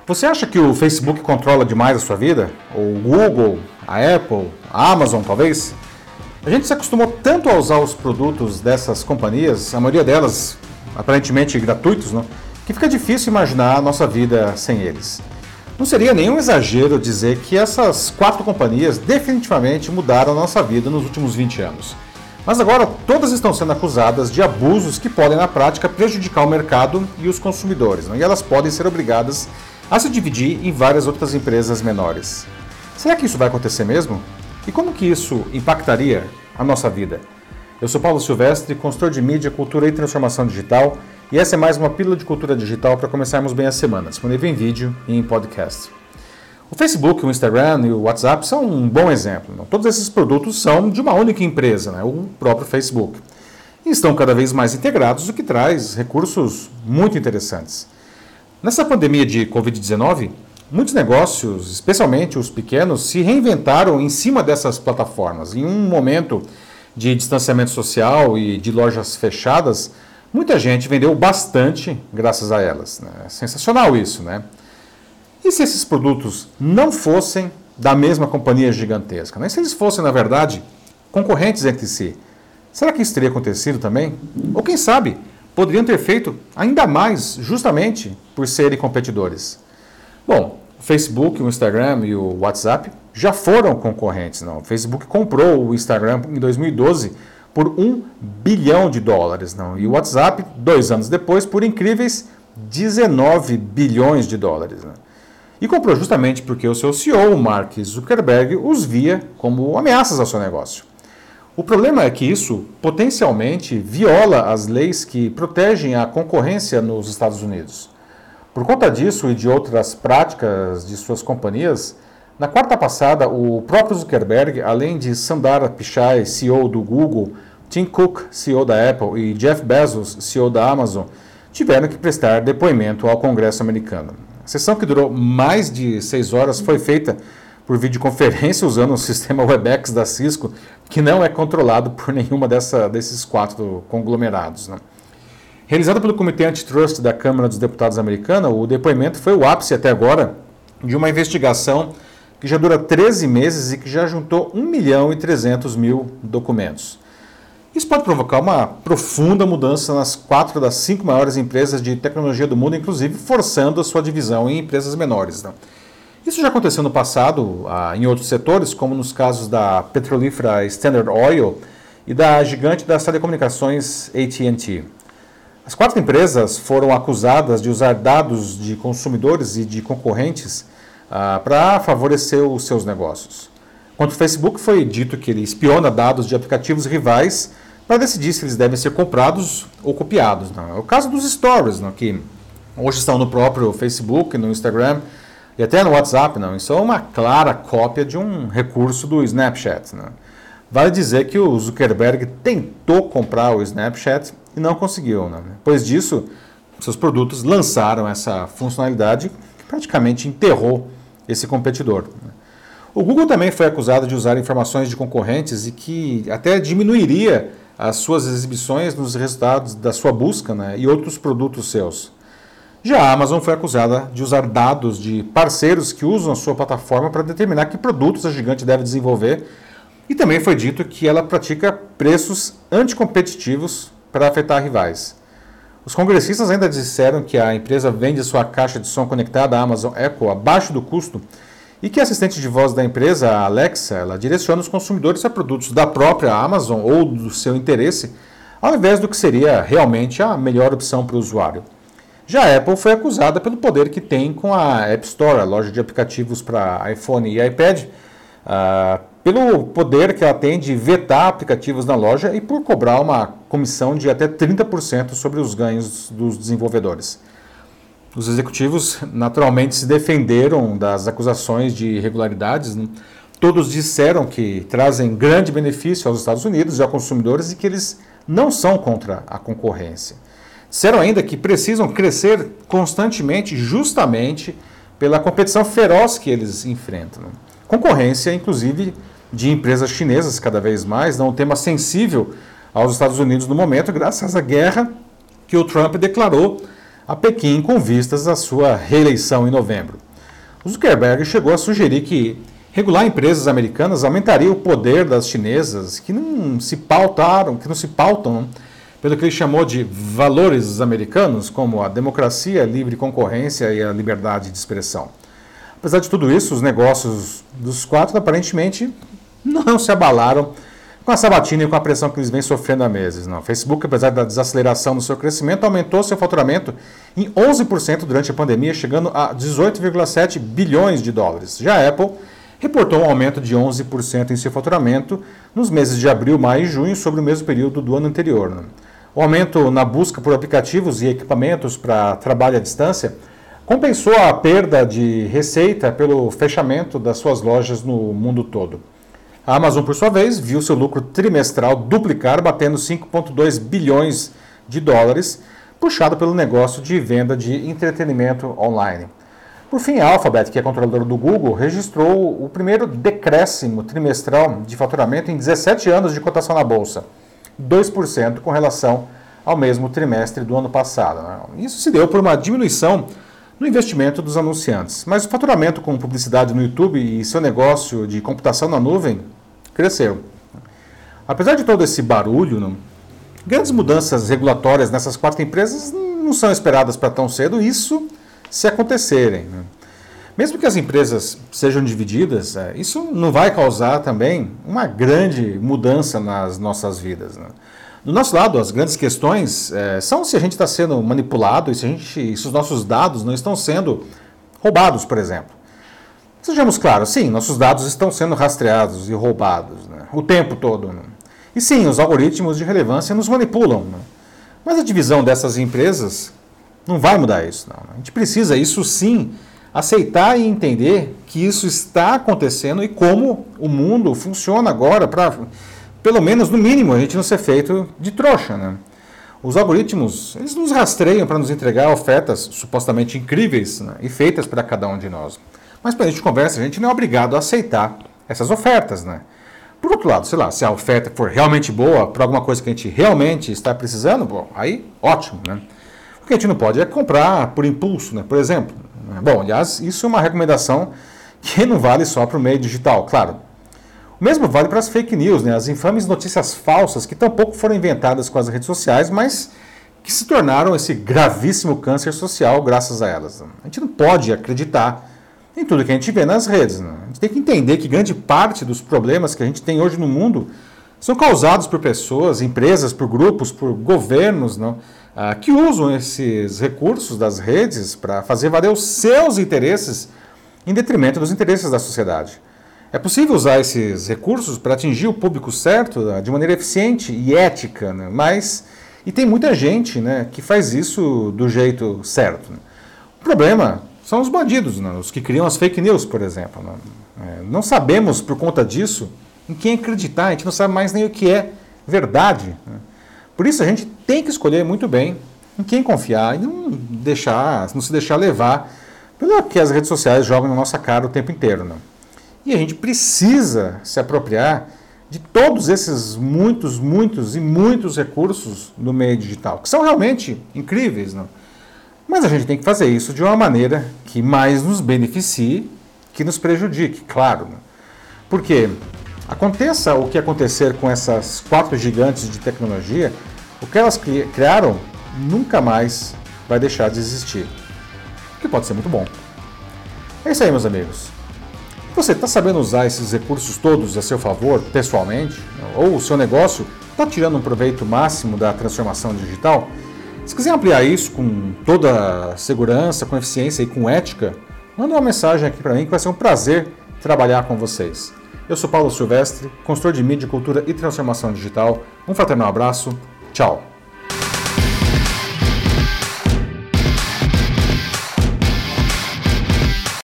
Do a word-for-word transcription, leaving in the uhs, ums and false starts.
Você acha que o Facebook controla demais a sua vida? Ou o Google, a Apple, a Amazon talvez? A gente se acostumou tanto a usar os produtos dessas companhias, a maioria delas aparentemente gratuitos, não? Que fica difícil imaginar a nossa vida sem eles. Não seria nenhum exagero dizer que essas quatro companhias definitivamente mudaram a nossa vida nos últimos vinte anos. Mas agora todas estão sendo acusadas de abusos que podem na prática prejudicar o mercado e os consumidores, não? E elas podem ser obrigadas a se dividir em várias outras empresas menores. Será que isso vai acontecer mesmo? E como que isso impactaria a nossa vida? Eu sou Paulo Silvestre, consultor de mídia, cultura e transformação digital, e essa é mais uma pílula de cultura digital para começarmos bem a semana, disponível em vídeo e em podcast. O Facebook, o Instagram e o WhatsApp são um bom exemplo. Não? Todos esses produtos são de uma única empresa, né? O próprio Facebook. E estão cada vez mais integrados, o que traz recursos muito interessantes. Nessa pandemia de covid dezenove, muitos negócios, especialmente os pequenos, se reinventaram em cima dessas plataformas. Em um momento de distanciamento social e de lojas fechadas, muita gente vendeu bastante graças a elas. Né? É sensacional isso, né? E se esses produtos não fossem da mesma companhia gigantesca? Né? E se eles fossem, na verdade, concorrentes entre si? Será que isso teria acontecido também? Ou quem sabe, poderiam ter feito ainda mais justamente por serem competidores? Bom, o Facebook, o Instagram e o WhatsApp já foram concorrentes. Não? O Facebook comprou o Instagram em dois mil e doze por um bilhão de dólares. Não? E o WhatsApp, dois anos depois, por incríveis dezenove bilhões de dólares. Não? E comprou justamente porque o seu C E O, Mark Zuckerberg, os via como ameaças ao seu negócio. O problema é que isso potencialmente viola as leis que protegem a concorrência nos Estados Unidos. Por conta disso e de outras práticas de suas companhias, na quarta passada, o próprio Zuckerberg, além de Sundar Pichai, C E O do Google, Tim Cook, C E O da Apple e Jeff Bezos, C E O da Amazon, tiveram que prestar depoimento ao Congresso americano. A sessão, que durou mais de seis horas, foi feita por videoconferência usando o sistema Webex da Cisco, que não é controlado por nenhuma dessa, desses quatro conglomerados. Né? Realizado pelo Comitê Antitrust da Câmara dos Deputados americana, o depoimento foi o ápice até agora de uma investigação que já dura treze meses e que já juntou um milhão e trezentos mil documentos. Isso pode provocar uma profunda mudança nas quatro das cinco maiores empresas de tecnologia do mundo, inclusive forçando a sua divisão em empresas menores. Né? Isso já aconteceu no passado ah, em outros setores, como nos casos da petrolífera Standard Oil e da gigante das telecomunicações A T and T. As quatro empresas foram acusadas de usar dados de consumidores e de concorrentes ah, para favorecer os seus negócios. Quanto ao Facebook, foi dito que ele espiona dados de aplicativos rivais para decidir se eles devem ser comprados ou copiados. Não? É o caso dos Stories, não? Que hoje estão no próprio Facebook, no Instagram e até no WhatsApp. Não? Isso é uma clara cópia de um recurso do Snapchat. Não? Vale dizer que o Zuckerberg tentou comprar o Snapchat e não conseguiu. Não? Depois disso, seus produtos lançaram essa funcionalidade que praticamente enterrou esse competidor. O Google também foi acusado de usar informações de concorrentes e que até diminuiria as suas exibições nos resultados da sua busca, né, e outros produtos seus. Já a Amazon foi acusada de usar dados de parceiros que usam a sua plataforma para determinar que produtos a gigante deve desenvolver, e também foi dito que ela pratica preços anticompetitivos para afetar rivais. Os congressistas ainda disseram que a empresa vende sua caixa de som conectada à Amazon Echo abaixo do custo e que a assistente de voz da empresa, a Alexa, ela direciona os consumidores a produtos da própria Amazon ou do seu interesse, ao invés do que seria realmente a melhor opção para o usuário. Já a Apple foi acusada pelo poder que tem com a App Store, a loja de aplicativos para iPhone e iPad, uh, pelo poder que ela tem de vetar aplicativos na loja e por cobrar uma comissão de até trinta por cento sobre os ganhos dos desenvolvedores. Os executivos naturalmente se defenderam das acusações de irregularidades. Né? Todos disseram que trazem grande benefício aos Estados Unidos e aos consumidores e que eles não são contra a concorrência. Disseram ainda que precisam crescer constantemente, justamente pela competição feroz que eles enfrentam. Né? Concorrência, inclusive, de empresas chinesas cada vez mais, não um tema sensível aos Estados Unidos no momento, graças à guerra que o Trump declarou a Pequim com vistas à sua reeleição em novembro. O Zuckerberg chegou a sugerir que regular empresas americanas aumentaria o poder das chinesas que não se pautaram, que não se pautam pelo que ele chamou de valores americanos, como a democracia, a livre concorrência e a liberdade de expressão. Apesar de tudo isso, os negócios dos quatro aparentemente não se abalaram com a sabatina e com a pressão que eles vêm sofrendo há meses. Não. O Facebook, apesar da desaceleração no seu crescimento, aumentou seu faturamento em onze por cento durante a pandemia, chegando a dezoito vírgula sete bilhões de dólares. Já a Apple reportou um aumento de onze por cento em seu faturamento nos meses de abril, maio e junho sobre o mesmo período do ano anterior. Não. O aumento na busca por aplicativos e equipamentos para trabalho à distância compensou a perda de receita pelo fechamento das suas lojas no mundo todo. A Amazon, por sua vez, viu seu lucro trimestral duplicar, batendo cinco vírgula dois bilhões de dólares, puxado pelo negócio de venda de entretenimento online. Por fim, a Alphabet, que é controladora do Google, registrou o primeiro decréscimo trimestral de faturamento em dezessete anos de cotação na Bolsa, dois por cento com relação ao mesmo trimestre do ano passado. Isso se deu por uma diminuição no investimento dos anunciantes, mas o faturamento com publicidade no YouTube e seu negócio de computação na nuvem cresceu. Apesar de todo esse barulho, não, grandes mudanças regulatórias nessas quatro empresas não são esperadas para tão cedo, isso se acontecerem. Né? Mesmo que as empresas sejam divididas, isso não vai causar também uma grande mudança nas nossas vidas. Né? Do nosso lado, as grandes questões é, são se a gente está sendo manipulado e se, a gente, se os nossos dados não estão sendo roubados, por exemplo. Sejamos claros, sim, nossos dados estão sendo rastreados e roubados, né, o tempo todo. Né? E sim, os algoritmos de relevância nos manipulam. Né? Mas a divisão dessas empresas não vai mudar isso. Não. A gente precisa, isso sim, aceitar e entender que isso está acontecendo e como o mundo funciona agora para... pelo menos, no mínimo, a gente não ser feito de trouxa, né? Os algoritmos, eles nos rastreiam para nos entregar ofertas supostamente incríveis, né? E feitas para cada um de nós. Mas para a gente conversa, a gente não é obrigado a aceitar essas ofertas, né? Por outro lado, sei lá, se a oferta for realmente boa para alguma coisa que a gente realmente está precisando, bom, aí ótimo, né? O que a gente não pode é comprar por impulso, né? Por exemplo. Bom, aliás, isso é uma recomendação que não vale só para o meio digital, claro. O mesmo vale para as fake news, né? As infames notícias falsas que tampouco foram inventadas com as redes sociais, mas que se tornaram esse gravíssimo câncer social graças a elas. A gente não pode acreditar em tudo que a gente vê nas redes. Né? A gente tem que entender que grande parte dos problemas que a gente tem hoje no mundo são causados por pessoas, empresas, por grupos, por governos, não? Ah, que usam esses recursos das redes para fazer valer os seus interesses em detrimento dos interesses da sociedade. É possível usar esses recursos para atingir o público certo de maneira eficiente e ética, né? Mas, e tem muita gente, né, que faz isso do jeito certo. Né? O problema são os bandidos, né? Os que criam as fake news, por exemplo. Né? É, não sabemos, por conta disso, em quem acreditar, a gente não sabe mais nem o que é verdade. Né? Por isso a gente tem que escolher muito bem em quem confiar e não, deixar, não se deixar levar pelo que as redes sociais jogam na nossa cara o tempo inteiro. Né? E a gente precisa se apropriar de todos esses muitos, muitos e muitos recursos no meio digital, que são realmente incríveis. Não? Mas a gente tem que fazer isso de uma maneira que mais nos beneficie, que nos prejudique, claro. Não? Porque aconteça o que acontecer com essas quatro gigantes de tecnologia, o que elas criaram nunca mais vai deixar de existir. O que pode ser muito bom. É isso aí, meus amigos. Você está sabendo usar esses recursos todos a seu favor, pessoalmente? Ou o seu negócio está tirando um proveito máximo da transformação digital? Se quiser ampliar isso com toda a segurança, com eficiência e com ética, manda uma mensagem aqui para mim que vai ser um prazer trabalhar com vocês. Eu sou Paulo Silvestre, consultor de mídia, cultura e transformação digital. Um fraternal abraço. Tchau.